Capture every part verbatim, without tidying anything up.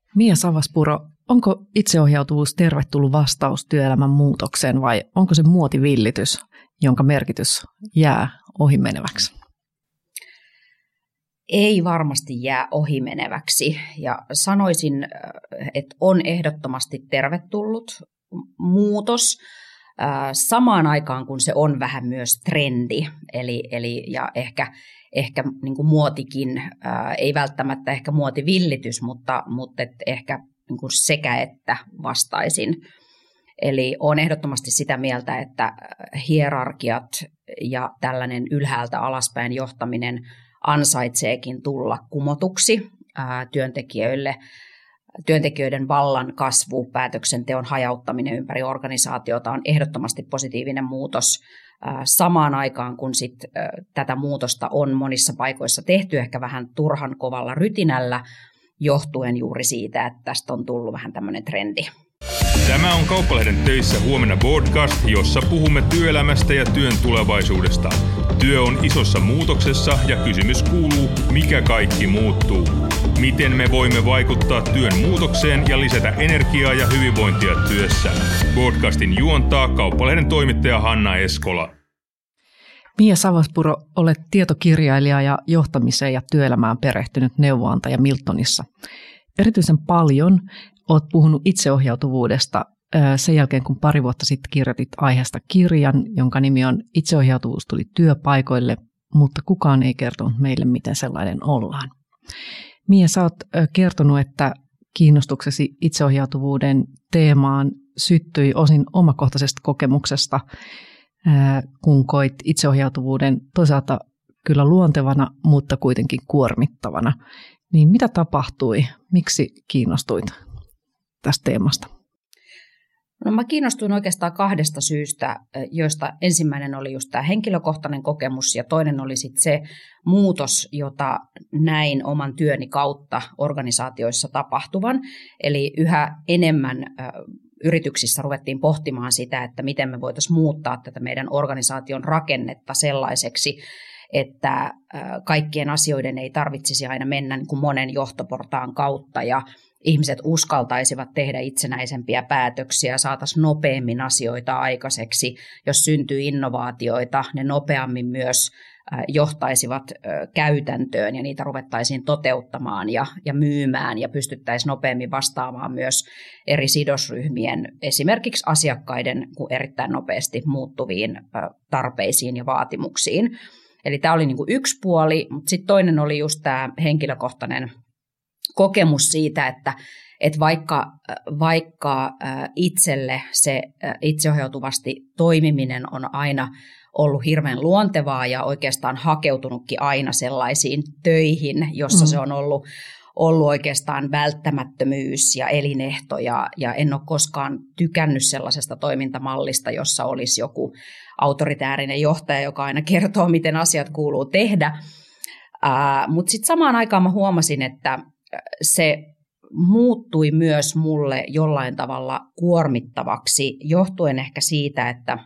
Mia Savaspuro, onko itseohjautuvuus tervetullut vastaus työelämän muutokseen vai onko se muotivillitys, jonka merkitys jää ohimeneväksi? Ei varmasti jää ohimeneväksi ja sanoisin, että on ehdottomasti tervetullut muutos samaan aikaan, kun se on vähän myös trendi, eli, eli ja ehkä, ehkä niin kuin muotikin, ei välttämättä ehkä muotivillitys, mutta, mutta et ehkä niin kuin sekä että vastaisin. Eli olen ehdottomasti sitä mieltä, että hierarkiat ja tällainen ylhäältä alaspäin johtaminen ansaitseekin tulla kumotuksi työntekijöille. Työntekijöiden vallan kasvu, päätöksenteon hajauttaminen ympäri organisaatiota on ehdottomasti positiivinen muutos. Samaan aikaan, kun sit tätä muutosta on monissa paikoissa tehty ehkä vähän turhan kovalla rytinällä, johtuen juuri siitä, että tästä on tullut vähän tämmöinen trendi. Tämä on Kauppalehden töissä huomenna podcast, jossa puhumme työelämästä ja työn tulevaisuudesta. Työ on isossa muutoksessa ja kysymys kuuluu, mikä kaikki muuttuu. Miten me voimme vaikuttaa työn muutokseen ja lisätä energiaa ja hyvinvointia työssä? Podcastin juontaa Kauppalehden toimittaja Hanna Eskola. Mia Savaspuro, olet tietokirjailija ja johtamiseen ja työelämään perehtynyt neuvonantaja Miltonissa. Erityisen paljon olet puhunut itseohjautuvuudesta sen jälkeen, kun pari vuotta sitten kirjoitit aiheesta kirjan, jonka nimi on Itseohjautuvuus tuli työpaikoille, mutta kukaan ei kertonut meille, miten sellainen ollaan. Mia, sä oot kertonut, että kiinnostuksesi itseohjautuvuuden teemaan syttyi osin omakohtaisesta kokemuksesta, kun koit itseohjautuvuuden toisaalta kyllä luontevana, mutta kuitenkin kuormittavana. Niin mitä tapahtui? Miksi kiinnostuit tästä teemasta? No, mä kiinnostuin oikeastaan kahdesta syystä, joista ensimmäinen oli just tämä henkilökohtainen kokemus ja toinen oli sitten se muutos, jota näin oman työni kautta organisaatioissa tapahtuvan. Eli yhä enemmän yrityksissä ruvettiin pohtimaan sitä, että miten me voitaisiin muuttaa tätä meidän organisaation rakennetta sellaiseksi, että kaikkien asioiden ei tarvitsisi aina mennä niin kuin monen johtoportaan kautta ja ihmiset uskaltaisivat tehdä itsenäisempiä päätöksiä, saataisiin nopeammin asioita aikaiseksi. Jos syntyy innovaatioita, ne nopeammin myös johtaisivat käytäntöön ja niitä ruvettaisiin toteuttamaan ja, ja myymään ja pystyttäisiin nopeammin vastaamaan myös eri sidosryhmien, esimerkiksi asiakkaiden erittäin nopeasti muuttuviin tarpeisiin ja vaatimuksiin. Eli tämä oli niin kuin yksi puoli, mutta sitten toinen oli just tämä henkilökohtainen kokemus siitä, että, että vaikka, vaikka itselle se itseohjautuvasti toimiminen on aina ollut hirveän luontevaa ja oikeastaan hakeutunutkin aina sellaisiin töihin, jossa mm. se on ollut, ollut oikeastaan välttämättömyys ja elinehto ja, ja en ole koskaan tykännyt sellaisesta toimintamallista, jossa olisi joku autoritäärinen johtaja, joka aina kertoo, miten asiat kuuluu tehdä. Uh, mutta sitten samaan aikaan mä huomasin, että se muuttui myös mulle jollain tavalla kuormittavaksi, johtuen ehkä siitä, että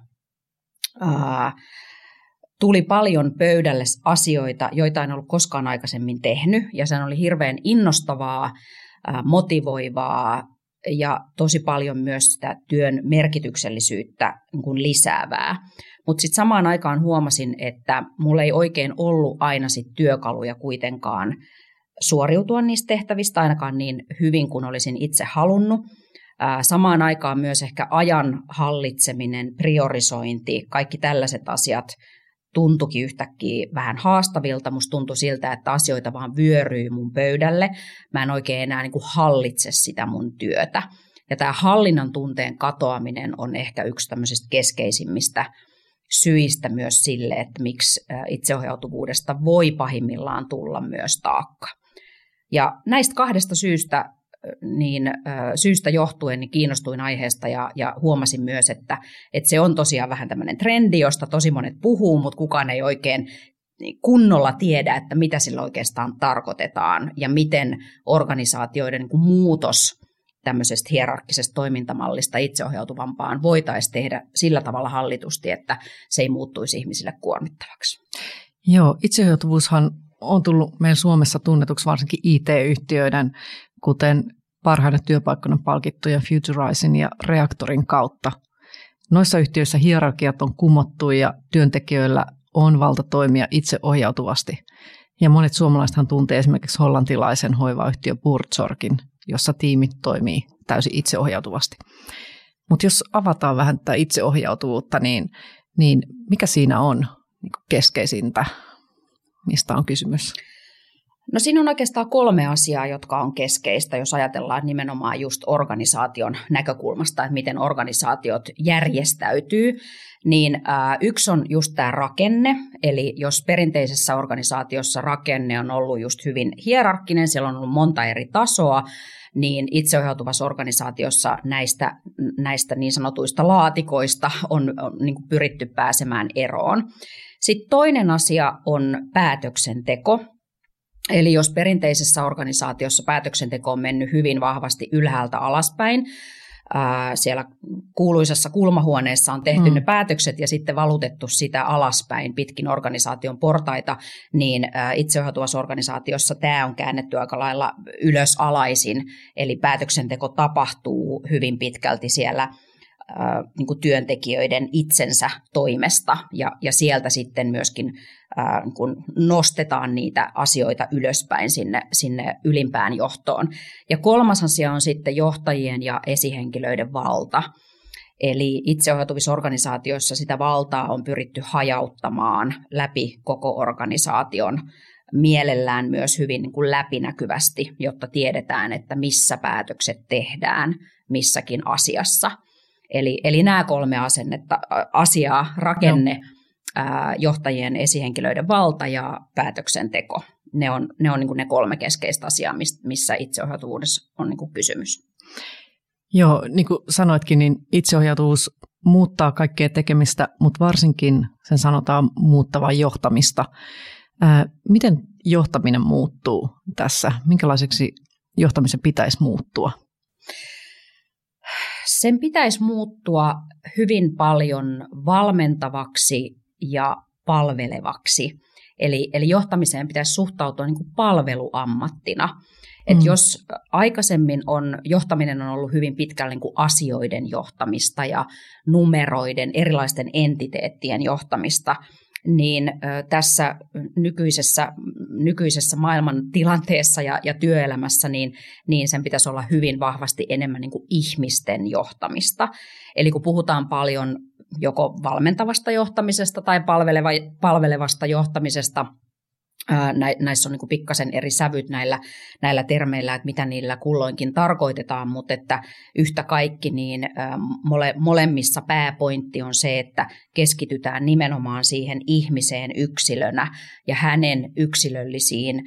uh, tuli paljon pöydälle asioita, joita en ollut koskaan aikaisemmin tehnyt, ja se oli hirveän innostavaa, uh, motivoivaa ja tosi paljon myös sitä työn merkityksellisyyttä niin kuin lisäävää. Mutta sitten samaan aikaan huomasin, että mulla ei oikein ollut aina sit työkaluja kuitenkaan suoriutua niistä tehtävistä, ainakaan niin hyvin kuin olisin itse halunnut. Samaan aikaan myös ehkä ajan hallitseminen, priorisointi, kaikki tällaiset asiat tuntuikin yhtäkkiä vähän haastavilta. Musta tuntui siltä, että asioita vaan vyöryy mun pöydälle. Mä en oikein enää niin kuin hallitse sitä mun työtä. Ja tämä hallinnan tunteen katoaminen on ehkä yksi tämmöisistä keskeisimmistä syistä myös sille, että miksi itseohjautuvuudesta voi pahimmillaan tulla myös taakka. Ja näistä kahdesta syystä, niin, syystä johtuen niin kiinnostuin aiheesta ja, ja huomasin myös, että, että se on tosiaan vähän tämmöinen trendi, josta tosi monet puhuu, mutta kukaan ei oikein kunnolla tiedä, että mitä sillä oikeastaan tarkoitetaan ja miten organisaatioiden niin kuin muutos tämmöisestä hierarkkisesta toimintamallista itseohjautuvampaan voitaisiin tehdä sillä tavalla hallitusti, että se ei muuttuisi ihmisille kuormittavaksi. Joo, itseohjautuvuushan on tullut meillä Suomessa tunnetuksi varsinkin I T-yhtiöiden, kuten parhaina työpaikkoina palkittujen Futurisin ja Reaktorin kautta. Noissa yhtiöissä hierarkiat on kumottu ja työntekijöillä on valta toimia itseohjautuvasti. Ja monet suomalaisethan tuntee esimerkiksi hollantilaisen hoivayhtiö Buurtzorgin, jossa tiimit toimii täysin itseohjautuvasti. Mutta jos avataan vähän tätä itseohjautuvuutta, niin, niin mikä siinä on keskeisintä, mistä on kysymys? No siinä on oikeastaan kolme asiaa, jotka on keskeistä, jos ajatellaan nimenomaan just organisaation näkökulmasta, että miten organisaatiot järjestäytyy. Niin ää, yksi on just tämä rakenne, eli jos perinteisessä organisaatiossa rakenne on ollut just hyvin hierarkkinen, siellä on ollut monta eri tasoa, niin itseohjautuvassa organisaatiossa näistä, näistä niin sanotuista laatikoista on, on niin kuin pyritty pääsemään eroon. Sitten toinen asia on päätöksenteko. Eli jos perinteisessä organisaatiossa päätöksenteko on mennyt hyvin vahvasti ylhäältä alaspäin, ää, siellä kuuluisassa kulmahuoneessa on tehty mm. ne päätökset ja sitten valutettu sitä alaspäin pitkin organisaation portaita, niin ää, itseohjautuvassa organisaatiossa tämä on käännetty aika lailla ylös alaisin, eli päätöksenteko tapahtuu hyvin pitkälti siellä ää, niin kuin työntekijöiden itsensä toimesta ja, ja sieltä sitten myöskin ää, kun nostetaan niitä asioita ylöspäin sinne, sinne ylimpään johtoon. Ja kolmas asia on sitten johtajien ja esihenkilöiden valta. Eli itseohjautuvissa organisaatioissa sitä valtaa on pyritty hajauttamaan läpi koko organisaation, mielellään myös hyvin niin kuin läpinäkyvästi, jotta tiedetään, että missä päätökset tehdään missäkin asiassa. Eli, eli nämä kolme asennetta, asiaa, rakenne, no. ää, johtajien, esihenkilöiden valta ja päätöksenteko. Ne on ne, on niin kuin ne kolme keskeistä asiaa, missä itseohjautuvuudessa on niin kuin kysymys. Joo, niin kuin sanoitkin, niin itseohjautuvuus muuttaa kaikkea tekemistä, mutta varsinkin sen sanotaan muuttavaa johtamista. Ää, miten johtaminen muuttuu tässä? Minkälaiseksi johtamisen pitäisi muuttua? Sen pitäisi muuttua hyvin paljon valmentavaksi ja palvelevaksi. Eli, eli johtamiseen pitäisi suhtautua niin kuin palveluammattina. Mm. Et jos aikaisemmin on, johtaminen on ollut hyvin pitkälle niin kuin asioiden johtamista ja numeroiden, erilaisten entiteettien johtamista, niin ö, tässä nykyisessä, nykyisessä maailman tilanteessa ja, ja työelämässä, niin, niin sen pitäisi olla hyvin vahvasti enemmän niin kuin ihmisten johtamista. Eli kun puhutaan paljon joko valmentavasta johtamisesta tai palveleva, palvelevasta johtamisesta, ää, näissä on niin kuin pikkasen eri sävyt näillä, näillä termeillä, että mitä niillä kulloinkin tarkoitetaan, mutta että yhtä kaikki niin ää, mole, molemmissa pääpointti on se, että keskitytään nimenomaan siihen ihmiseen yksilönä ja hänen yksilöllisiin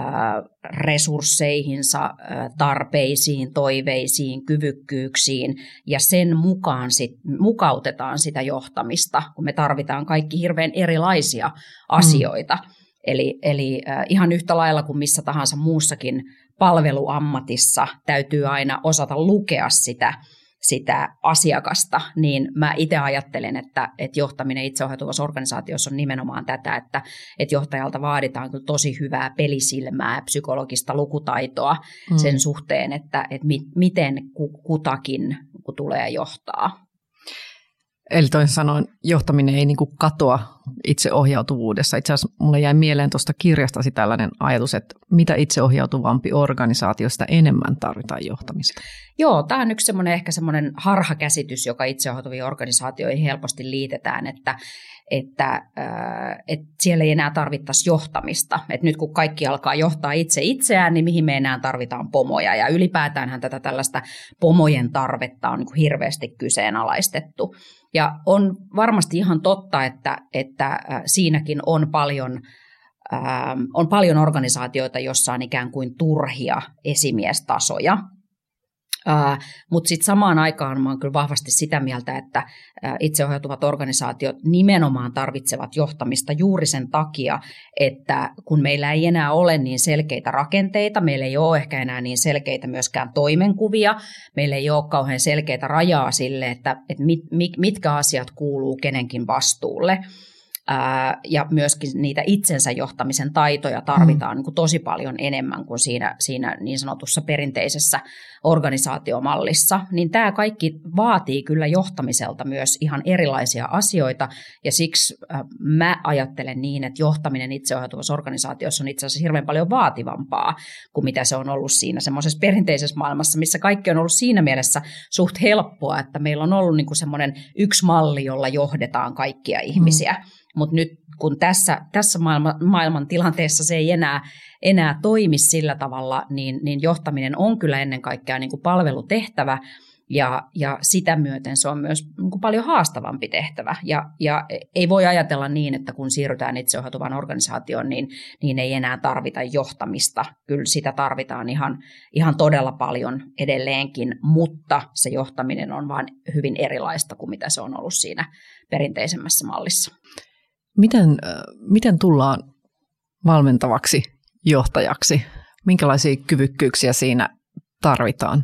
resursseihinsa, tarpeisiin, toiveisiin, kyvykkyyksiin ja sen mukaan sit, mukautetaan sitä johtamista, kun me tarvitaan kaikki hirveän erilaisia asioita. Mm. Eli, eli äh, ihan yhtä lailla kuin missä tahansa muussakin palveluammatissa täytyy aina osata lukea sitä, sitä asiakasta, niin mä itse ajattelen, että, että johtaminen itseohjautuvassa organisaatiossa on nimenomaan tätä, että, että johtajalta vaaditaan kyllä tosi hyvää pelisilmää, psykologista lukutaitoa mm. sen suhteen, että, että mi, miten kutakin kun tulee johtaa. Eli toisin sanoen johtaminen ei niin kuin katoa itseohjautuvuudessa. Itse asiassa mulle jäi mieleen tuosta kirjastasi tällainen ajatus, että mitä itseohjautuvampi organisaatio, sitä enemmän tarvitaan johtamista. Joo, tämä on yksi semmoinen ehkä semmoinen harhakäsitys, joka itseohjautuviin organisaatioihin helposti liitetään, että, että, äh, että siellä ei enää tarvittaisi johtamista. Että nyt kun kaikki alkaa johtaa itse itseään, niin mihin me enää tarvitaan pomoja. Ja ylipäätäänhän tätä tällaista pomojen tarvetta on niin kuin hirveästi kyseenalaistettu. Ja on varmasti ihan totta, että, että siinäkin on paljon, ähm, on paljon organisaatioita, joissa on ikään kuin turhia esimiestasoja. Uh, mutta sitten samaan aikaan mä oon kyllä vahvasti sitä mieltä, että uh, itseohjautuvat organisaatiot nimenomaan tarvitsevat johtamista juuri sen takia, että kun meillä ei enää ole niin selkeitä rakenteita, meillä ei ole ehkä enää niin selkeitä myöskään toimenkuvia, meillä ei ole kauhean selkeitä rajaa sille, että, että mit, mitkä asiat kuuluu kenenkin vastuulle. ää, ja myöskin niitä itsensä johtamisen taitoja tarvitaan mm. niin kuin tosi paljon enemmän kuin siinä, siinä niin sanotussa perinteisessä organisaatiomallissa, niin tämä kaikki vaatii kyllä johtamiselta myös ihan erilaisia asioita, ja siksi ää, mä ajattelen niin, että johtaminen itseohjautuvassa organisaatiossa on itse asiassa hirveän paljon vaativampaa kuin mitä se on ollut siinä semmoisessa perinteisessä maailmassa, missä kaikki on ollut siinä mielessä suht helppoa, että meillä on ollut niin kuin semmoinen yksi malli, jolla johdetaan kaikkia ihmisiä. Mm. Mutta nyt kun tässä, tässä maailman, maailman tilanteessa se ei enää, enää toimi sillä tavalla, niin, niin johtaminen on kyllä ennen kaikkea niin kuin palvelutehtävä, ja, ja sitä myöten se on myös niin kuin paljon haastavampi tehtävä. Ja, ja ei voi ajatella niin, että kun siirrytään itseohjautuvaan organisaatioon, niin, niin ei enää tarvita johtamista. Kyllä sitä tarvitaan ihan, ihan todella paljon edelleenkin, mutta se johtaminen on vain hyvin erilaista kuin mitä se on ollut siinä perinteisemmässä mallissa. Miten, miten tullaan valmentavaksi johtajaksi? Minkälaisia kyvykkyyksiä siinä tarvitaan?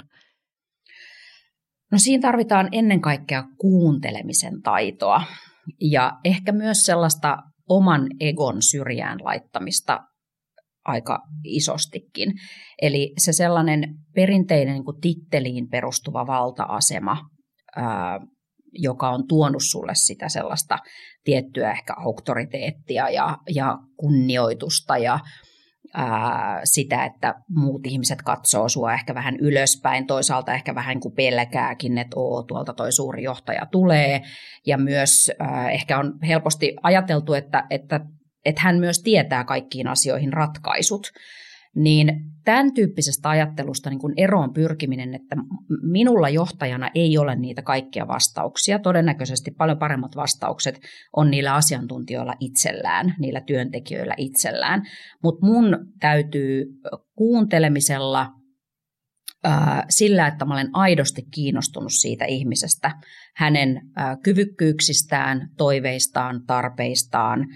No siinä tarvitaan ennen kaikkea kuuntelemisen taitoa ja ehkä myös sellaista oman egon syrjään laittamista aika isostikin. Eli se sellainen perinteinen niin kuin titteliin perustuva valta-asema, ää, joka on tuonut sulle sitä sellaista tiettyä ehkä auktoriteettia ja, ja kunnioitusta ja ää, sitä, että muut ihmiset katsoo sua ehkä vähän ylöspäin, toisaalta ehkä vähän kuin pelkääkin, että oo, tuolta toi suuri johtaja tulee, ja myös ää, ehkä on helposti ajateltu, että, että, että hän myös tietää kaikkiin asioihin ratkaisut. Niin tämän tyyppisestä ajattelusta niin kuin eroon pyrkiminen, että minulla johtajana ei ole niitä kaikkia vastauksia. Todennäköisesti paljon paremmat vastaukset on niillä asiantuntijoilla itsellään, niillä työntekijöillä itsellään. Mutta mun täytyy kuuntelemisella, ää, sillä, että mä olen aidosti kiinnostunut siitä ihmisestä, hänen ää, kyvykkyyksistään, toiveistaan, tarpeistaan,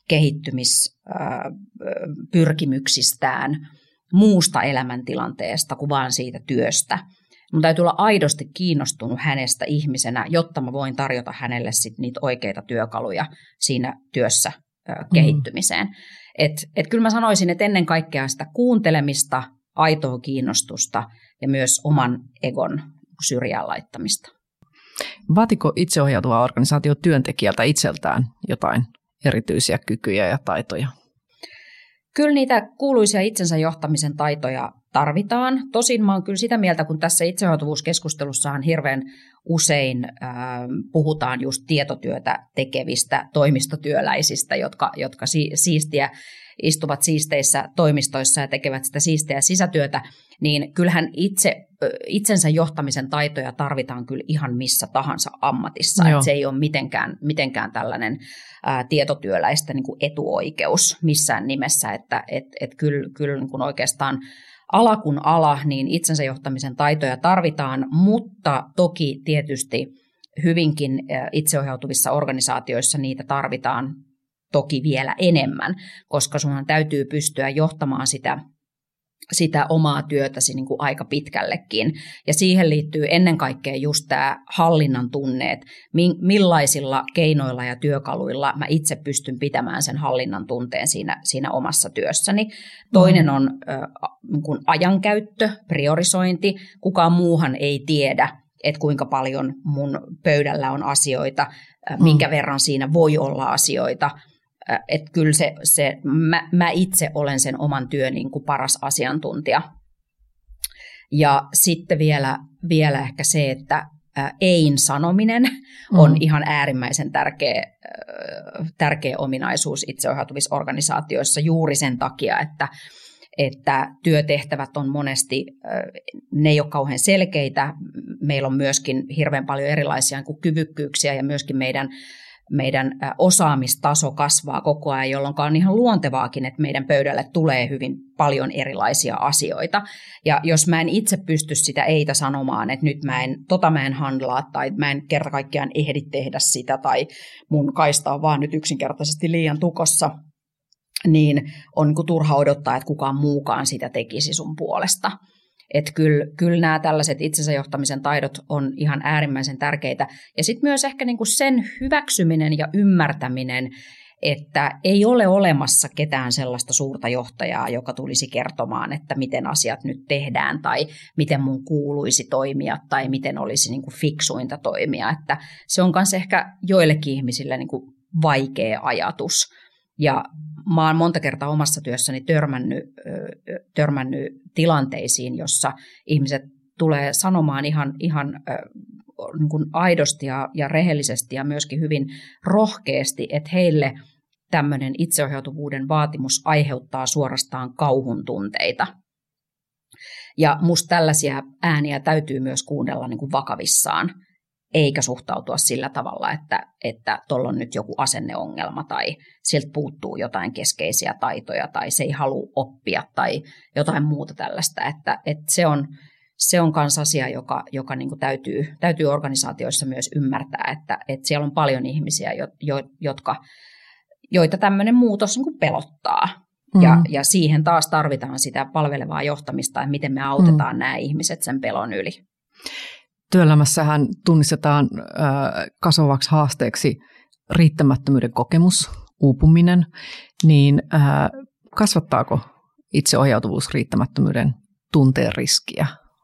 kehittymispyrkimyksistään, muusta elämäntilanteesta kuin vaan siitä työstä. Mun täytyy olla aidosti kiinnostunut hänestä ihmisenä, jotta mä voin tarjota hänelle sit niitä oikeita työkaluja siinä työssä kehittymiseen. Mm. Et, et kyllä mä sanoisin, että ennen kaikkea sitä kuuntelemista, aitoa kiinnostusta ja myös oman egon syrjään laittamista. Vaatiko itseohjautuva organisaatio työntekijältä itseltään jotain erityisiä kykyjä ja taitoja? Kyllä niitä kuuluisia itsensä johtamisen taitoja tarvitaan. Tosin mä oon kyllä sitä mieltä, kun tässä itseohjautuvuuskeskustelussahan hirveän usein äh, puhutaan just tietotyötä tekevistä toimistotyöläisistä, jotka, jotka si- siistiä istuvat siisteissä toimistoissa ja tekevät sitä siistiä sisätyötä, niin kyllähän itse, itsensä johtamisen taitoja tarvitaan kyllä ihan missä tahansa ammatissa. Et se ei ole mitenkään, mitenkään tällainen ää, tietotyöläisten niin kuin etuoikeus missään nimessä, että et, et kyllä, kyllä niin kuin oikeastaan ala kun ala, niin itsensä johtamisen taitoja tarvitaan, mutta toki tietysti hyvinkin itseohjautuvissa organisaatioissa niitä tarvitaan toki vielä enemmän, koska sunhan täytyy pystyä johtamaan sitä, sitä omaa työtäsi niin kuin aika pitkällekin. Ja siihen liittyy ennen kaikkea just tämä hallinnan tunne, että millaisilla keinoilla ja työkaluilla mä itse pystyn pitämään sen hallinnan tunteen siinä, siinä omassa työssäni. Toinen on äh, niin kuin ajankäyttö, priorisointi. Kukaan muuhan ei tiedä, että kuinka paljon mun pöydällä on asioita, äh, minkä mm. verran siinä voi olla asioita. Että kyllä se, se mä, mä itse olen sen oman työn niin kuin paras asiantuntija. Ja sitten vielä, vielä ehkä se, että ä, ein sanominen mm. on ihan äärimmäisen tärkeä, äh, tärkeä ominaisuus itseohjautuvissa organisaatioissa juuri sen takia, että, että työtehtävät on monesti, äh, ne ei ole kauhean selkeitä. Meillä on myöskin hirveän paljon erilaisia niin kuin kyvykkyyksiä ja myöskin meidän meidän osaamistaso kasvaa koko ajan, jolloin on ihan luontevaakin, että meidän pöydälle tulee hyvin paljon erilaisia asioita. Ja jos mä en itse pysty sitä eitä sanomaan, että nyt mä en, tota mä en handlaa, tai mä en kerta kaikkiaan ehdi tehdä sitä, tai mun kaista on vaan nyt yksinkertaisesti liian tukossa, niin on niin kuin turha odottaa, että kukaan muukaan sitä tekisi sun puolesta. Että kyllä, kyllä nämä tällaiset itsensä johtamisen taidot on ihan äärimmäisen tärkeitä. Ja sitten myös ehkä niinku sen hyväksyminen ja ymmärtäminen, että ei ole olemassa ketään sellaista suurta johtajaa, joka tulisi kertomaan, että miten asiat nyt tehdään tai miten mun kuuluisi toimia tai miten olisi niin kuin fiksuinta toimia. Että se on myös ehkä joillekin ihmisille niin kuin vaikea ajatus. Ja mä oon monta kertaa omassa työssäni törmännyt, törmännyt tilanteisiin, jossa ihmiset tulee sanomaan ihan, ihan niin kuin aidosti ja, ja rehellisesti ja myöskin hyvin rohkeasti, että heille tämmöinen itseohjautuvuuden vaatimus aiheuttaa suorastaan kauhun tunteita. Ja musta tällaisia ääniä täytyy myös kuunnella niin kuin vakavissaan, eikä suhtautua sillä tavalla, että että tuolla on nyt joku asenneongelma tai sieltä puuttuu jotain keskeisiä taitoja tai se ei halua oppia tai jotain muuta tällaista. Että, että se on se on myös asia, joka, joka niin kuin täytyy, täytyy organisaatioissa myös ymmärtää, että, että siellä on paljon ihmisiä, jo, jo, jotka, joita tämmöinen muutos niin kuin pelottaa. Mm. Ja, ja siihen taas tarvitaan sitä palvelevaa johtamista, että miten me autetaan mm. nämä ihmiset sen pelon yli. Työelämässähän tunnistetaan äh, kasvavaksi haasteeksi riittämättömyyden kokemus, uupuminen, niin äh, kasvattaako itseohjautuvuus riittämättömyyden tunteen riskiä?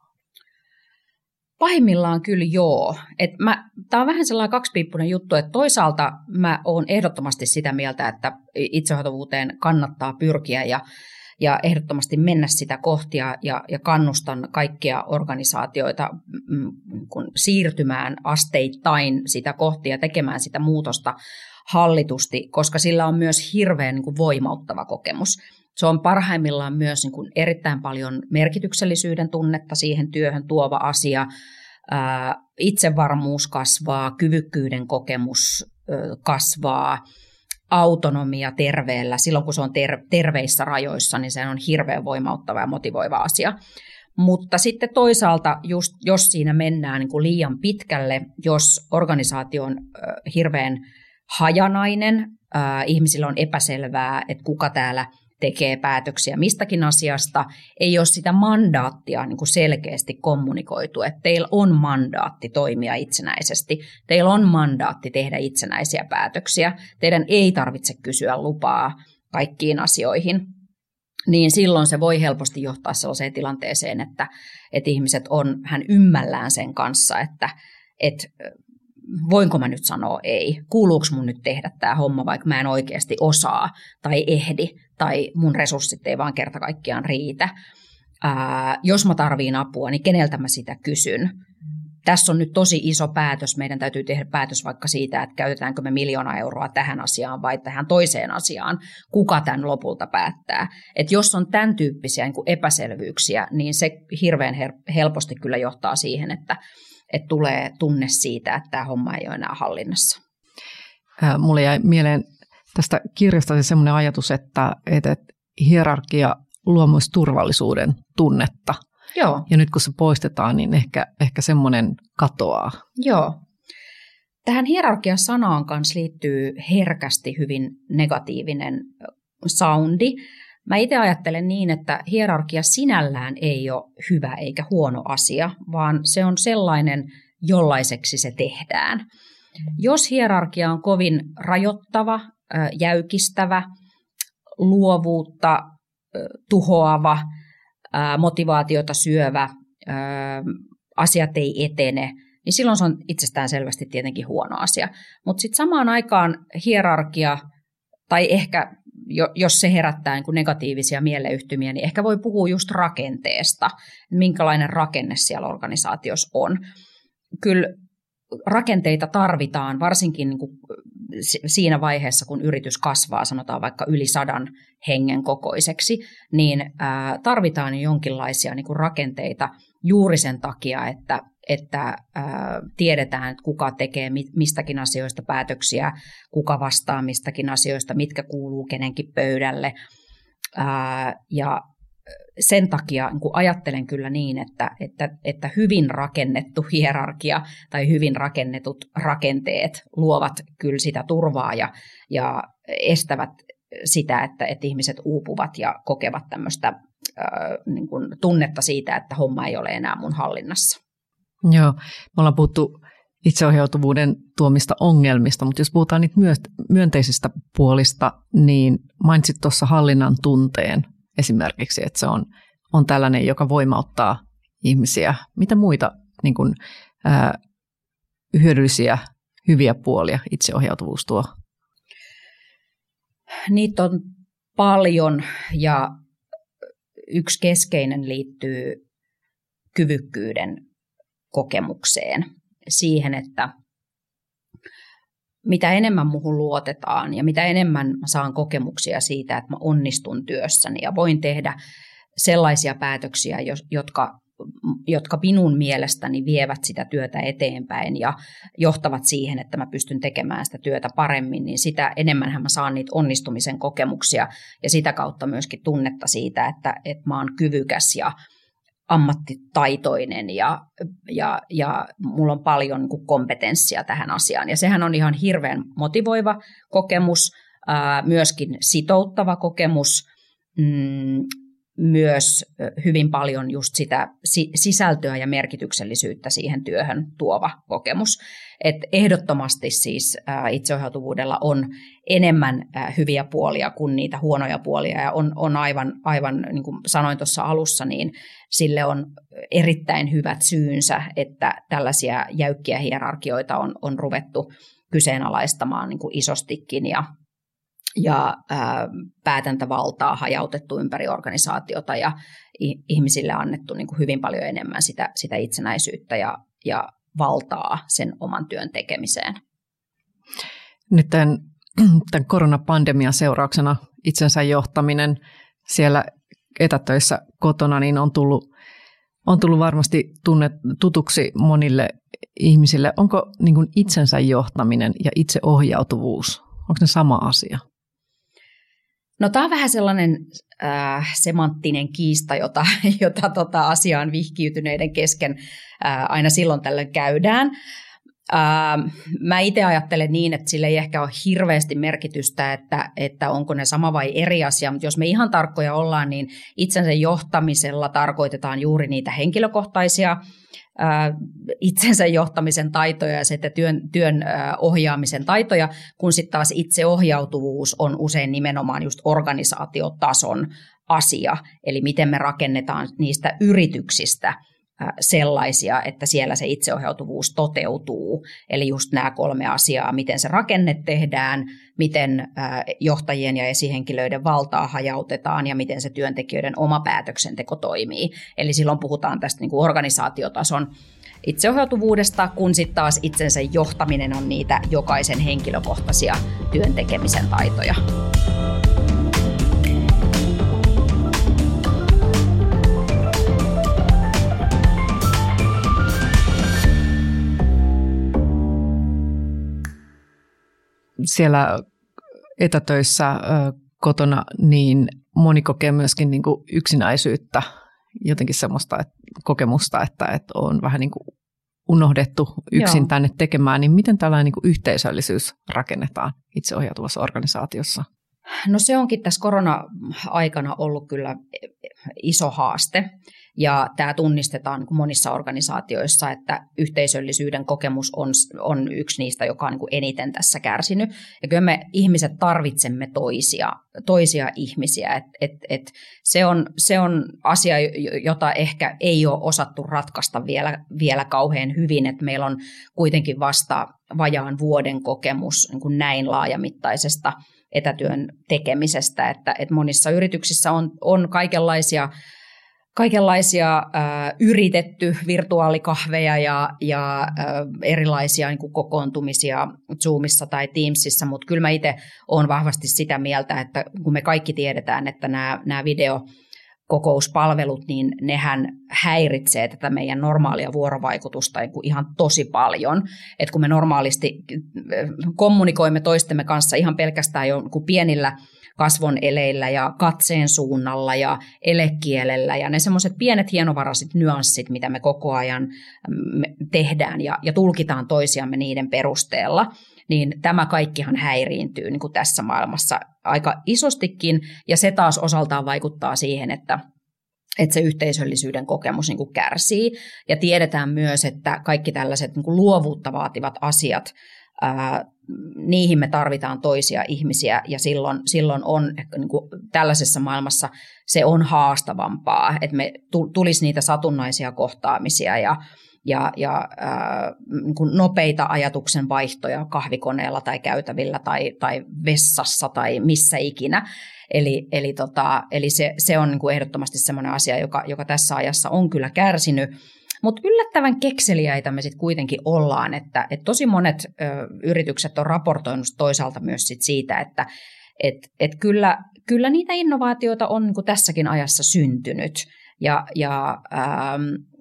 Pahimmillaan kyllä joo. Tämä on vähän sellainen kaksipiippunen juttu, että toisaalta mä oon ehdottomasti sitä mieltä, että itseohjautuvuuteen kannattaa pyrkiä ja, ja ehdottomasti mennä sitä kohti ja, ja kannustan kaikkia organisaatioita mm, kun siirtymään asteittain sitä kohti ja tekemään sitä muutosta hallitusti, koska sillä on myös hirveän niin kuin voimauttava kokemus. Se on parhaimmillaan myös niin kuin erittäin paljon merkityksellisyyden tunnetta siihen työhön tuova asia. Ää, itsevarmuus kasvaa, kyvykkyyden kokemus ö, kasvaa, autonomia terveellä. Silloin kun se on ter- terveissä rajoissa, niin se on hirveän voimauttava ja motivoiva asia. Mutta sitten toisaalta, just, jos siinä mennään niin kuin liian pitkälle, jos organisaatio on ö, hirveän hajanainen, ää, ihmisillä on epäselvää, että kuka täällä tekee päätöksiä mistäkin asiasta, ei ole sitä mandaattia niin kuin selkeästi kommunikoitu, että teillä on mandaatti toimia itsenäisesti, teillä on mandaatti tehdä itsenäisiä päätöksiä, teidän ei tarvitse kysyä lupaa kaikkiin asioihin, niin silloin se voi helposti johtaa sellaiseen tilanteeseen, että, että ihmiset on hän ymmällään sen kanssa, että, että voinko mä nyt sanoa ei, kuuluuko mun nyt tehdä tämä homma, vaikka mä en oikeasti osaa tai ehdi, tai mun resurssit ei vaan kerta kaikkiaan riitä. Ää, jos mä tarviin apua, niin keneltä mä sitä kysyn? Tässä on nyt tosi iso päätös, meidän täytyy tehdä päätös vaikka siitä, että käytetäänkö me miljoona euroa tähän asiaan vai tähän toiseen asiaan, kuka tämän lopulta päättää. Et jos on tämän tyyppisiä niin kuin epäselvyyksiä, niin se hirveän helposti kyllä johtaa siihen, että että tulee tunne siitä, että tämä homma ei ole enää hallinnassa. Mulle jäi mieleen tästä kirjasta semmoinen ajatus, että, että hierarkia luo myös turvallisuuden tunnetta. Joo. Ja nyt kun se poistetaan, niin ehkä, ehkä semmoinen katoaa. Joo. Tähän hierarkia-sanaan kanssa liittyy herkästi hyvin negatiivinen soundi. Mä itse ajattelen niin, että hierarkia sinällään ei ole hyvä eikä huono asia, vaan se on sellainen, jollaiseksi se tehdään. Jos hierarkia on kovin rajoittava, jäykistävä, luovuutta tuhoava, motivaatiota syövä, asiat ei etene, niin silloin se on itsestään selvästi tietenkin huono asia. Mutta sitten samaan aikaan hierarkia, tai ehkä jos se herättää niin kuin negatiivisia mieleyhtymiä, niin ehkä voi puhua just rakenteesta, minkälainen rakenne siellä organisaatiossa on. Kyllä rakenteita tarvitaan, varsinkin niin kuin siinä vaiheessa, kun yritys kasvaa, sanotaan vaikka yli sadan hengen kokoiseksi, niin ää, tarvitaan jonkinlaisia niin kuin rakenteita juuri sen takia, että että ää, tiedetään, että kuka tekee mistäkin asioista päätöksiä, kuka vastaa mistäkin asioista, mitkä kuuluu kenenkin pöydälle. Ää, ja sen takia niin ajattelen kyllä niin, että, että, että hyvin rakennettu hierarkia tai hyvin rakennetut rakenteet luovat kyllä sitä turvaa ja, ja estävät sitä, että, että ihmiset uupuvat ja kokevat tämmöistä ää, niin kuin tunnetta siitä, että homma ei ole enää mun hallinnassa. Joo, me ollaan puhuttu itseohjautuvuuden tuomista ongelmista, mutta jos puhutaan niitä myönteisistä puolista, niin mainitsit tuossa hallinnan tunteen esimerkiksi, että se on, on tällainen, joka voimauttaa ihmisiä. Mitä muita niin kuin, ää, hyödyllisiä, hyviä puolia itseohjautuvuus tuo? Niitä on paljon ja yksi keskeinen liittyy kyvykkyyden kokemukseen. Siihen, että mitä enemmän muuhun luotetaan ja mitä enemmän mä saan kokemuksia siitä, että mä onnistun työssäni ja voin tehdä sellaisia päätöksiä, jotka, jotka minun mielestäni vievät sitä työtä eteenpäin ja johtavat siihen, että mä pystyn tekemään sitä työtä paremmin, niin sitä enemmänhän mä saan niitä onnistumisen kokemuksia ja sitä kautta myöskin tunnetta siitä, että, että mä oon kyvykäs ja ammattitaitoinen ja, ja, ja mulla on paljon niin kuin kompetenssia tähän asiaan. Ja sehän on ihan hirveän motivoiva kokemus, ää, myöskin sitouttava kokemus, mm, myös hyvin paljon just sitä si- sisältöä ja merkityksellisyyttä siihen työhön tuova kokemus. Et ehdottomasti siis ää, itseohjautuvuudella on enemmän ää, hyviä puolia kuin niitä huonoja puolia ja on, on aivan, aivan niin kuin sanoin tuossa alussa, niin sille on erittäin hyvät syynsä, että tällaisia jäykkiä hierarkioita on, on ruvettu kyseenalaistamaan niin kuin isostikin ja ja ää, päätäntävaltaa hajautettu ympäri organisaatiota ja ihmisille annettu niin kuin hyvin paljon enemmän sitä, sitä itsenäisyyttä ja, ja valtaa sen oman työn tekemiseen. Nyt tämän, tämän koronapandemian seurauksena itsensä johtaminen siellä etätöissä kotona niin on tullut, on tullut varmasti tunnet, tutuksi monille ihmisille. Onko niin kuin itsensä johtaminen ja itseohjautuvuus, onko ne sama asia? No tämä on vähän sellainen äh, semanttinen kiista, jota, jota tota, asiaan vihkiytyneiden kesken äh, aina silloin tällöin käydään. Äh, mä itse ajattelen niin, että sillä ei ehkä ole hirveästi merkitystä, että, että onko ne sama vai eri asia, mutta jos me ihan tarkkoja ollaan, niin itsensä johtamisella tarkoitetaan juuri niitä henkilökohtaisia itsensä johtamisen taitoja ja sitten työn, työn ohjaamisen taitoja, kun sitten taas itseohjautuvuus on usein nimenomaan just organisaatiotason asia, eli miten me rakennetaan niistä yrityksistä sellaisia, että siellä se itseohjautuvuus toteutuu. Eli just nämä kolme asiaa, miten se rakenne tehdään, miten johtajien ja esihenkilöiden valtaa hajautetaan ja miten se työntekijöiden oma päätöksenteko toimii. Eli silloin puhutaan tästä niin kuin organisaatiotason itseohjautuvuudesta, kun sitten taas itsensä johtaminen on niitä jokaisen henkilökohtaisia työn tekemisen taitoja. Siellä etätöissä ö, kotona, niin moni kokee myöskin niin kuin yksinäisyyttä, jotenkin semmoista että, kokemusta, että, että on vähän niin kuin unohdettu yksin Joo. tänne tekemään. Niin miten tällainen niin kuin yhteisöllisyys rakennetaan itseohjautuvassa organisaatiossa? No se onkin tässä korona-aikana ollut kyllä iso haaste. Ja tämä tunnistetaan niin kuin monissa organisaatioissa, että yhteisöllisyyden kokemus on, on yksi niistä, joka on niin kuin eniten tässä kärsinyt. Ja kyllä me ihmiset tarvitsemme toisia, toisia ihmisiä. Et, et, et se, on, se on asia, jota ehkä ei ole osattu ratkaista vielä, vielä kauhean hyvin. Et meillä on kuitenkin vasta vajaan vuoden kokemus niin kuin näin laajamittaisesta etätyön tekemisestä. Että, et monissa yrityksissä on, on kaikenlaisia Kaikenlaisia äh, yritetty virtuaalikahveja ja, ja äh, erilaisia niin kuin kokoontumisia Zoomissa tai Teamsissa, mutta kyllä mä itse olen vahvasti sitä mieltä, että kun me kaikki tiedetään, että nämä, nämä videokokouspalvelut, niin nehän häiritsee tätä meidän normaalia vuorovaikutusta niin kuin ihan tosi paljon. Et kun me normaalisti kommunikoimme toistemme kanssa ihan pelkästään jo niin kuin pienillä kasvon eleillä ja katseen suunnalla ja elekielellä ja ne semmoiset pienet hienovaraiset nyanssit, mitä me koko ajan tehdään ja, ja tulkitaan toisiamme niiden perusteella, niin tämä kaikkihan häiriintyy niin kuin tässä maailmassa aika isostikin ja se taas osaltaan vaikuttaa siihen, että että se yhteisöllisyyden kokemus niin kuin kärsii. Ja tiedetään myös, että kaikki tällaiset niin kuin luovuutta vaativat asiat, ää, niihin me tarvitaan toisia ihmisiä, ja silloin, silloin on niin kuin tällaisessa maailmassa se on haastavampaa, että me tulisi niitä satunnaisia kohtaamisia ja, ja, ja ää, niin kuin nopeita ajatuksen vaihtoja kahvikoneella tai käytävillä tai, tai vessassa tai missä ikinä. Eli, eli, tota, eli se, se on niin kuin ehdottomasti semmoinen asia, joka, joka tässä ajassa on kyllä kärsinyt. Mutta yllättävän kekseliäitä me sitten kuitenkin ollaan, että et tosi monet ö, yritykset on raportoinut toisaalta myös sit siitä, että et, et kyllä, kyllä niitä innovaatioita on niin kuin tässäkin ajassa syntynyt ja, ja ähm,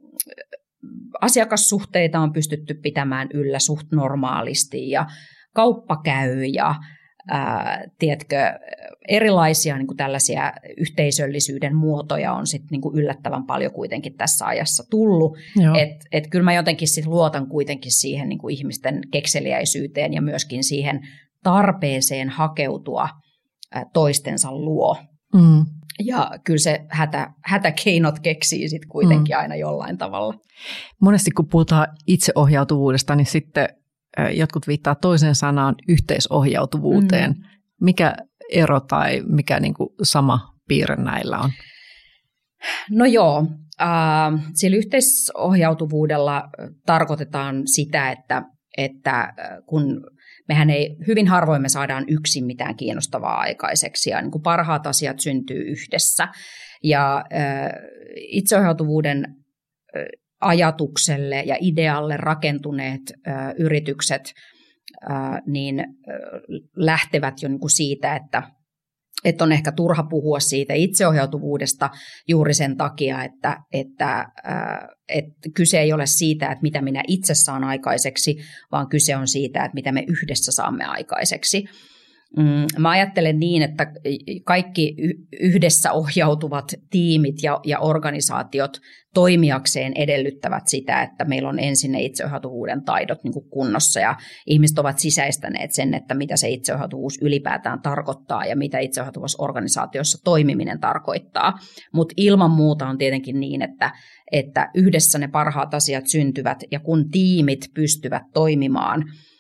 asiakassuhteita on pystytty pitämään yllä suht normaalisti ja kauppa käy ja Ää, tiedätkö, erilaisia niin kuin tällaisia yhteisöllisyyden muotoja on sit, niin kuin yllättävän paljon kuitenkin tässä ajassa tullut. Että et kyllä mä jotenkin sit luotan kuitenkin siihen niin kuin ihmisten kekseliäisyyteen ja myöskin siihen tarpeeseen hakeutua ää, toistensa luo. Mm. Ja kyllä se hätä, hätäkeinot keksii sitten kuitenkin mm. aina jollain tavalla. Monesti kun puhutaan itseohjautuvuudesta, niin sitten jotkut viittaa toiseen sanaan yhteisohjautuvuuteen. Mm. Mikä ero tai mikä niin kuin sama piirre näillä on? No joo, äh, sillä yhteisohjautuvuudella tarkoitetaan sitä, että, että kun mehän ei, hyvin harvoin me saadaan yksin mitään kiinnostavaa aikaiseksi ja niin kuin parhaat asiat syntyy yhdessä. Ja äh, itseohjautuvuuden äh, ajatukselle ja idealle rakentuneet ö, yritykset ö, niin, ö, lähtevät jo niin kuin siitä, että, että on ehkä turha puhua siitä itseohjautuvuudesta juuri sen takia, että, että, ö, että kyse ei ole siitä, että mitä minä itse saan aikaiseksi, vaan kyse on siitä, että mitä me yhdessä saamme aikaiseksi. Mä ajattelen niin, että kaikki yhdessä ohjautuvat tiimit ja, ja organisaatiot toimijakseen edellyttävät sitä, että meillä on ensin ne itseohjautuvuuden taidot niin kuin kunnossa ja ihmiset ovat sisäistäneet sen, että mitä se itseohjautuvuus ylipäätään tarkoittaa ja mitä itseohjautuvassa organisaatiossa toimiminen tarkoittaa. Mutta ilman muuta on tietenkin niin, että, että yhdessä ne parhaat asiat syntyvät ja kun tiimit pystyvät toimimaan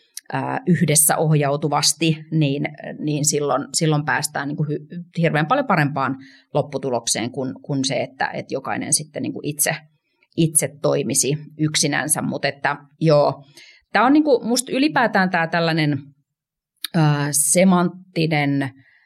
yhdessä ohjautuvasti, niin, niin silloin, silloin päästään niin kuin hirveän paljon parempaan lopputulokseen kuin, kuin se, että, että jokainen sitten niin kuin itse, itse toimisi yksinänsä. Mutta että joo, tämä on niin kuin musta ylipäätään tämä tällainen äh, semanttinen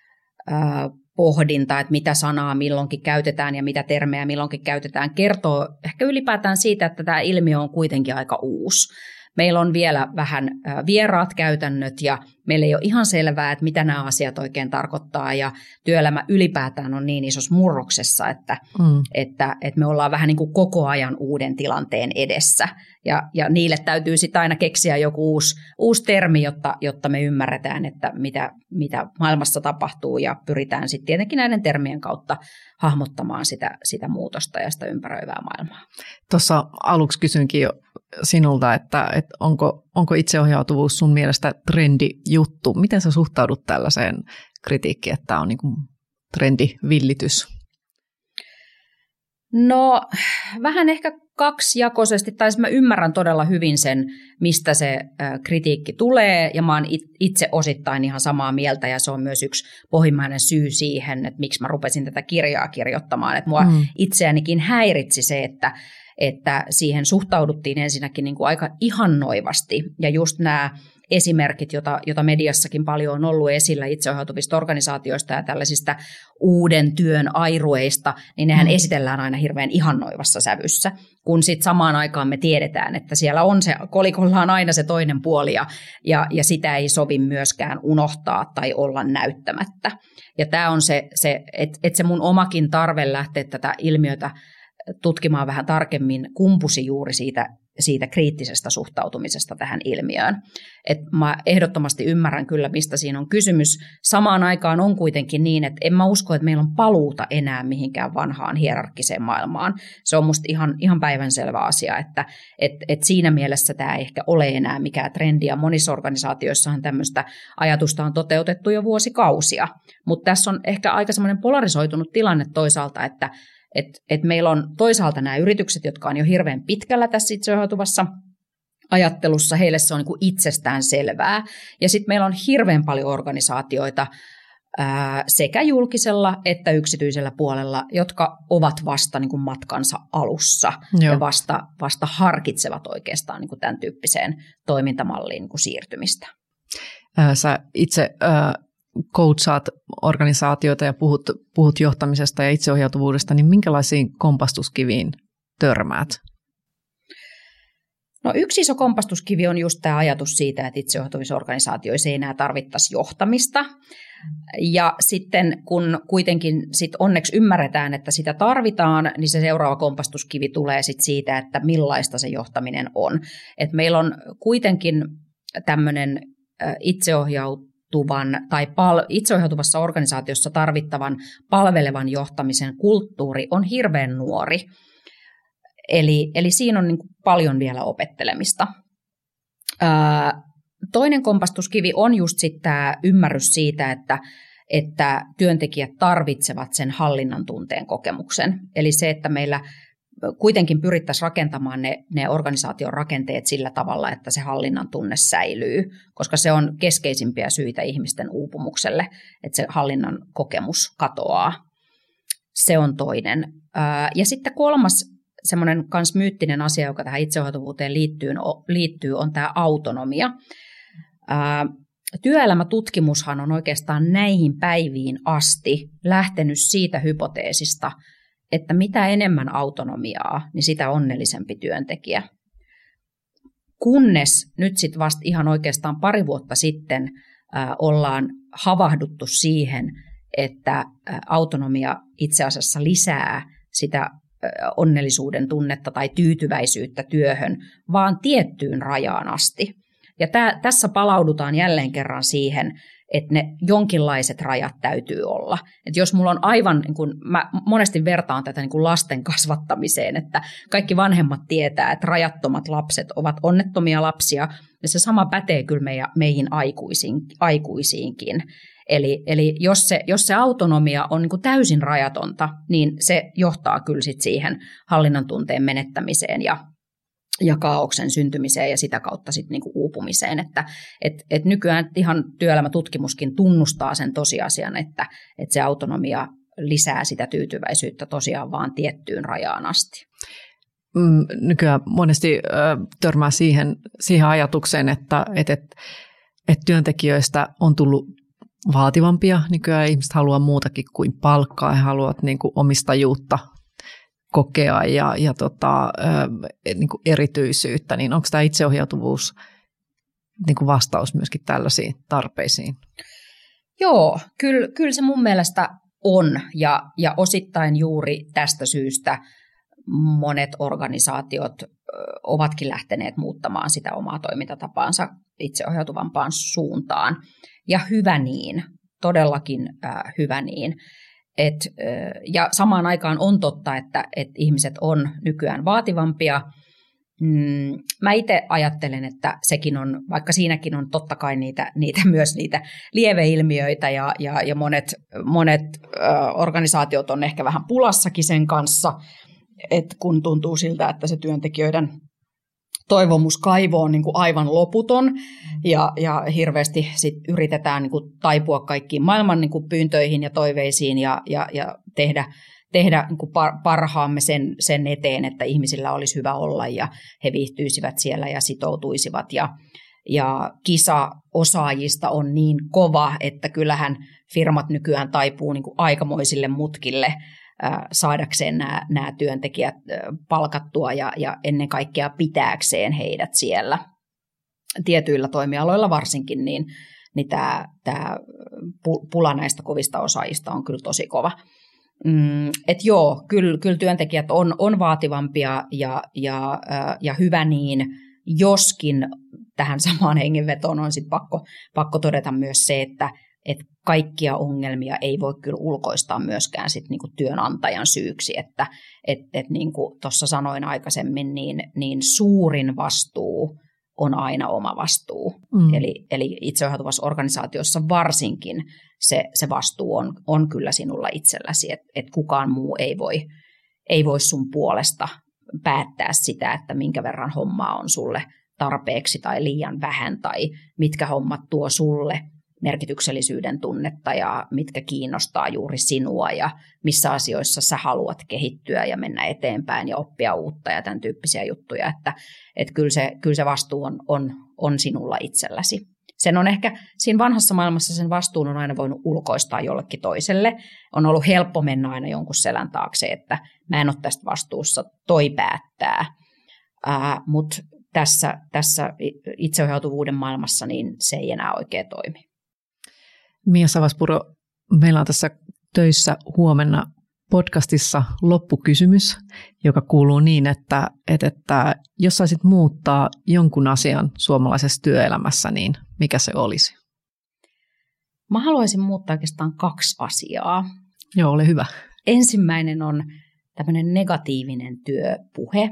äh, pohdinta, että mitä sanaa milloinkin käytetään ja mitä termejä milloinkin käytetään, kertoo ehkä ylipäätään siitä, että tämä ilmiö on kuitenkin aika uusi. Meillä on vielä vähän vieraat käytännöt ja meillä ei ole ihan selvää, että mitä nämä asiat oikein tarkoittaa ja työelämä ylipäätään on niin isossa murroksessa, että, mm. että, että me ollaan vähän niin kuin koko ajan uuden tilanteen edessä ja, ja niille täytyy sitten aina keksiä joku uusi, uusi termi, jotta, jotta me ymmärretään, että mitä, mitä maailmassa tapahtuu ja pyritään sitten tietenkin näiden termien kautta hahmottamaan sitä, sitä muutosta ja sitä ympäröivää maailmaa. Tuossa aluksi kysyinkin jo sinulta, että, että onko, onko itseohjautuvuus sun mielestä trendijuttu? Miten sä suhtaudut tällaiseen kritiikkiin, että tämä on niin kuin trendivillitys? No vähän ehkä kaksijakoisesti, tai mä ymmärrän todella hyvin sen, mistä se kritiikki tulee, ja mä oon itse osittain ihan samaa mieltä, ja se on myös yksi pohjimmainen syy siihen, että miksi mä rupesin tätä kirjaa kirjoittamaan, että mua mm. itseänikin häiritsi se, että että siihen suhtauduttiin ensinnäkin niin kuin aika ihannoivasti, ja just nämä esimerkit, jota, jota mediassakin paljon on ollut esillä itseohjautuvista organisaatioista ja tällaisista uuden työn airueista, niin nehän mm. esitellään aina hirveän ihannoivassa sävyssä, kun sitten samaan aikaan me tiedetään, että siellä on se, kolikolla on aina se toinen puoli, ja, ja, ja sitä ei sovi myöskään unohtaa tai olla näyttämättä. Ja tämä on se, se että et se mun omakin tarve lähteä tätä ilmiötä tutkimaan vähän tarkemmin, kumpusi juuri siitä, siitä kriittisestä suhtautumisesta tähän ilmiöön. Et mä ehdottomasti ymmärrän kyllä, mistä siinä on kysymys. Samaan aikaan on kuitenkin niin, että en mä usko, että meillä on paluuta enää mihinkään vanhaan hierarkkiseen maailmaan. Se on musta ihan, ihan päivänselvä asia, että et, et siinä mielessä tämä ei ehkä ole enää mikään trendi, ja monissa organisaatioissahan tämmöistä ajatusta on toteutettu jo vuosikausia. Mutta tässä on ehkä aika semmoinen polarisoitunut tilanne toisaalta, että Et, et meillä on toisaalta nämä yritykset, jotka on jo hirveän pitkällä tässä itseohjautuvassa ajattelussa, heille se on niin kuin itsestään selvää. Ja sitten meillä on hirveän paljon organisaatioita ää, sekä julkisella että yksityisellä puolella, jotka ovat vasta niin kuin matkansa alussa Joo. ja vasta, vasta harkitsevat oikeastaan niin kuin tämän tyyppiseen toimintamalliin niin kuin siirtymistä. Sä itse äh, coachaat organisaatioita ja puhut, puhut johtamisesta ja itseohjautuvuudesta, niin minkälaisiin kompastuskiviin törmäät? No yksi iso kompastuskivi on just tämä ajatus siitä, että itseohjautuvissa organisaatioissa ei enää tarvittaisi johtamista. Ja sitten kun kuitenkin sit onneksi ymmärretään, että sitä tarvitaan, niin se seuraava kompastuskivi tulee sit siitä, että millaista se johtaminen on. Et meillä on kuitenkin tämmöinen itseohjautuvan tai pal- itseohjautuvassa organisaatiossa tarvittavan palvelevan johtamisen kulttuuri on hirveän nuori. Eli, eli siinä on niin kuin paljon vielä opettelemista. Ää, toinen kompastuskivi on just sitten tämä ymmärrys siitä, että, että työntekijät tarvitsevat sen hallinnan tunteen kokemuksen. Eli se, että meillä kuitenkin pyrittäisiin rakentamaan ne, ne organisaation rakenteet sillä tavalla, että se hallinnan tunne säilyy, koska se on keskeisimpiä syitä ihmisten uupumukselle, että se hallinnan kokemus katoaa. Se on toinen. Ää, ja sitten kolmas semmoinen kans myyttinen asia, joka tähän itseohjautuvuuteen liittyy, liittyy on tämä autonomia. Ää, työelämätutkimushan on oikeastaan näihin päiviin asti lähtenyt siitä hypoteesista, että mitä enemmän autonomiaa, niin sitä onnellisempi työntekijä. Kunnes nyt sitten vasta ihan oikeastaan pari vuotta sitten ää, ollaan havahduttu siihen, että ää, autonomia itse asiassa lisää sitä onnellisuuden tunnetta tai tyytyväisyyttä työhön, vaan tiettyyn rajaan asti. Ja tää, tässä palaudutaan jälleen kerran siihen, että ne jonkinlaiset rajat täytyy olla. Et jos mulla on aivan, niin kun, mä monesti vertaan tätä niin kun lasten kasvattamiseen, että kaikki vanhemmat tietää, että rajattomat lapset ovat onnettomia lapsia, ja se sama pätee kyllä meidän, meihin aikuisiin, aikuisiinkin. Eli, eli jos, se, jos se autonomia on niin kuin täysin rajatonta, niin se johtaa kyllä sit siihen hallinnan tunteen menettämiseen ja, ja kaaoksen syntymiseen ja sitä kautta sit niin kuin uupumiseen. Että et, et nykyään ihan työelämätutkimuskin tunnustaa sen tosiasian, että et se autonomia lisää sitä tyytyväisyyttä tosiaan vaan tiettyyn rajaan asti. Nykyään monesti törmää siihen, siihen ajatukseen, että et, et, et työntekijöistä on tullut vaativampia. Nykyään ihmiset haluaa muutakin kuin palkkaa. He haluavat niin kuin omistajuutta kokea ja, ja tota, niin kuin erityisyyttä. Niin onko tämä itseohjautuvuus niin kuin vastaus myöskin tällaisiin tarpeisiin? Joo, kyllä, kyllä se mun mielestä on. Ja, ja osittain juuri tästä syystä monet organisaatiot ovatkin lähteneet muuttamaan sitä omaa toimintatapaansa itseohjautuvampaan suuntaan. Ja hyvä niin, todellakin äh, hyvä niin. Et, äh, ja samaan aikaan on totta, että et ihmiset on nykyään vaativampia. Mm, mä itse ajattelen, että sekin on, vaikka siinäkin on totta kai niitä, niitä myös niitä lieveilmiöitä ja, ja, ja monet, monet äh, organisaatiot on ehkä vähän pulassakin sen kanssa, että kun tuntuu siltä, että se työntekijöiden toivomuskaivo on niin kuin aivan loputon ja, ja hirveästi sit yritetään niin kuin taipua kaikkiin maailman niin kuin pyyntöihin ja toiveisiin ja, ja, ja tehdä, tehdä niin kuin parhaamme sen, sen eteen, että ihmisillä olisi hyvä olla ja he viihtyisivät siellä ja sitoutuisivat. Ja, ja kisa osaajista on niin kova, että kyllähän firmat nykyään taipuu niin kuin aikamoisille mutkille saadakseen nämä, nämä työntekijät palkattua ja, ja ennen kaikkea pitääkseen heidät siellä tietyillä toimialoilla varsinkin, niin, niin tämä, tämä pula näistä kovista osaajista on kyllä tosi kova. Mm, et joo, kyllä, kyllä työntekijät on, on vaativampia ja, ja, ja hyvä niin, joskin tähän samaan hengenvetoon on sitten pakko, pakko todeta myös se, että että kaikkia ongelmia ei voi kyllä ulkoistaa myöskään sit niinku työnantajan syyksi, että et, et niin kuin tuossa sanoin aikaisemmin, niin, niin suurin vastuu on aina oma vastuu. Mm. Eli, eli itseohjautuvassa organisaatiossa varsinkin se, se vastuu on, on kyllä sinulla itselläsi, että et kukaan muu ei voi, ei voi sun puolesta päättää sitä, että minkä verran hommaa on sulle tarpeeksi tai liian vähän tai mitkä hommat tuo sulle merkityksellisyyden tunnetta ja mitkä kiinnostaa juuri sinua ja missä asioissa sä haluat kehittyä ja mennä eteenpäin ja oppia uutta ja tämän tyyppisiä juttuja, että, että kyllä, se, kyllä se vastuu on, on, on sinulla itselläsi. Sen on ehkä, siinä vanhassa maailmassa sen vastuun on aina voinut ulkoistaa jollekin toiselle. On ollut helppo mennä aina jonkun selän taakse, että mä en ole tästä vastuussa, toi päättää. Ää, mutta tässä, tässä itseohjautuvuuden maailmassa niin se ei enää oikein toimi. Mia Savaspuro, meillä on tässä Töissä huomenna podcastissa loppukysymys, joka kuuluu niin, että, että, että jos saisit muuttaa jonkun asian suomalaisessa työelämässä, niin mikä se olisi? Mä haluaisin muuttaa oikeastaan kaksi asiaa. Joo, ole hyvä. Ensimmäinen on tämmöinen negatiivinen työpuhe,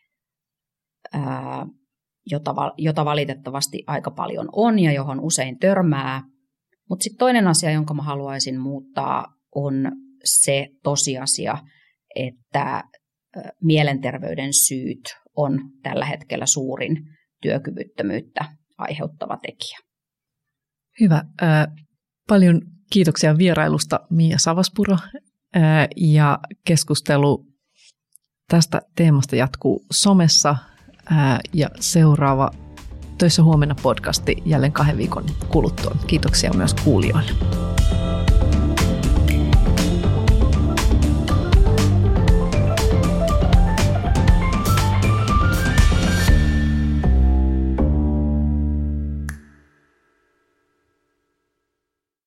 ää, jota, jota valitettavasti aika paljon on ja johon usein törmää. Mutta sitten toinen asia, jonka mä haluaisin muuttaa, on se tosiasia, että mielenterveyden syyt on tällä hetkellä suurin työkyvyttömyyttä aiheuttava tekijä. Hyvä. Paljon kiitoksia vierailusta, Mia Savaspuro. Ja keskustelu tästä teemasta jatkuu somessa ja seuraava Töissä huomenna podcasti jälleen kahden viikon kuluttua. Kiitoksia myös kuulijoille.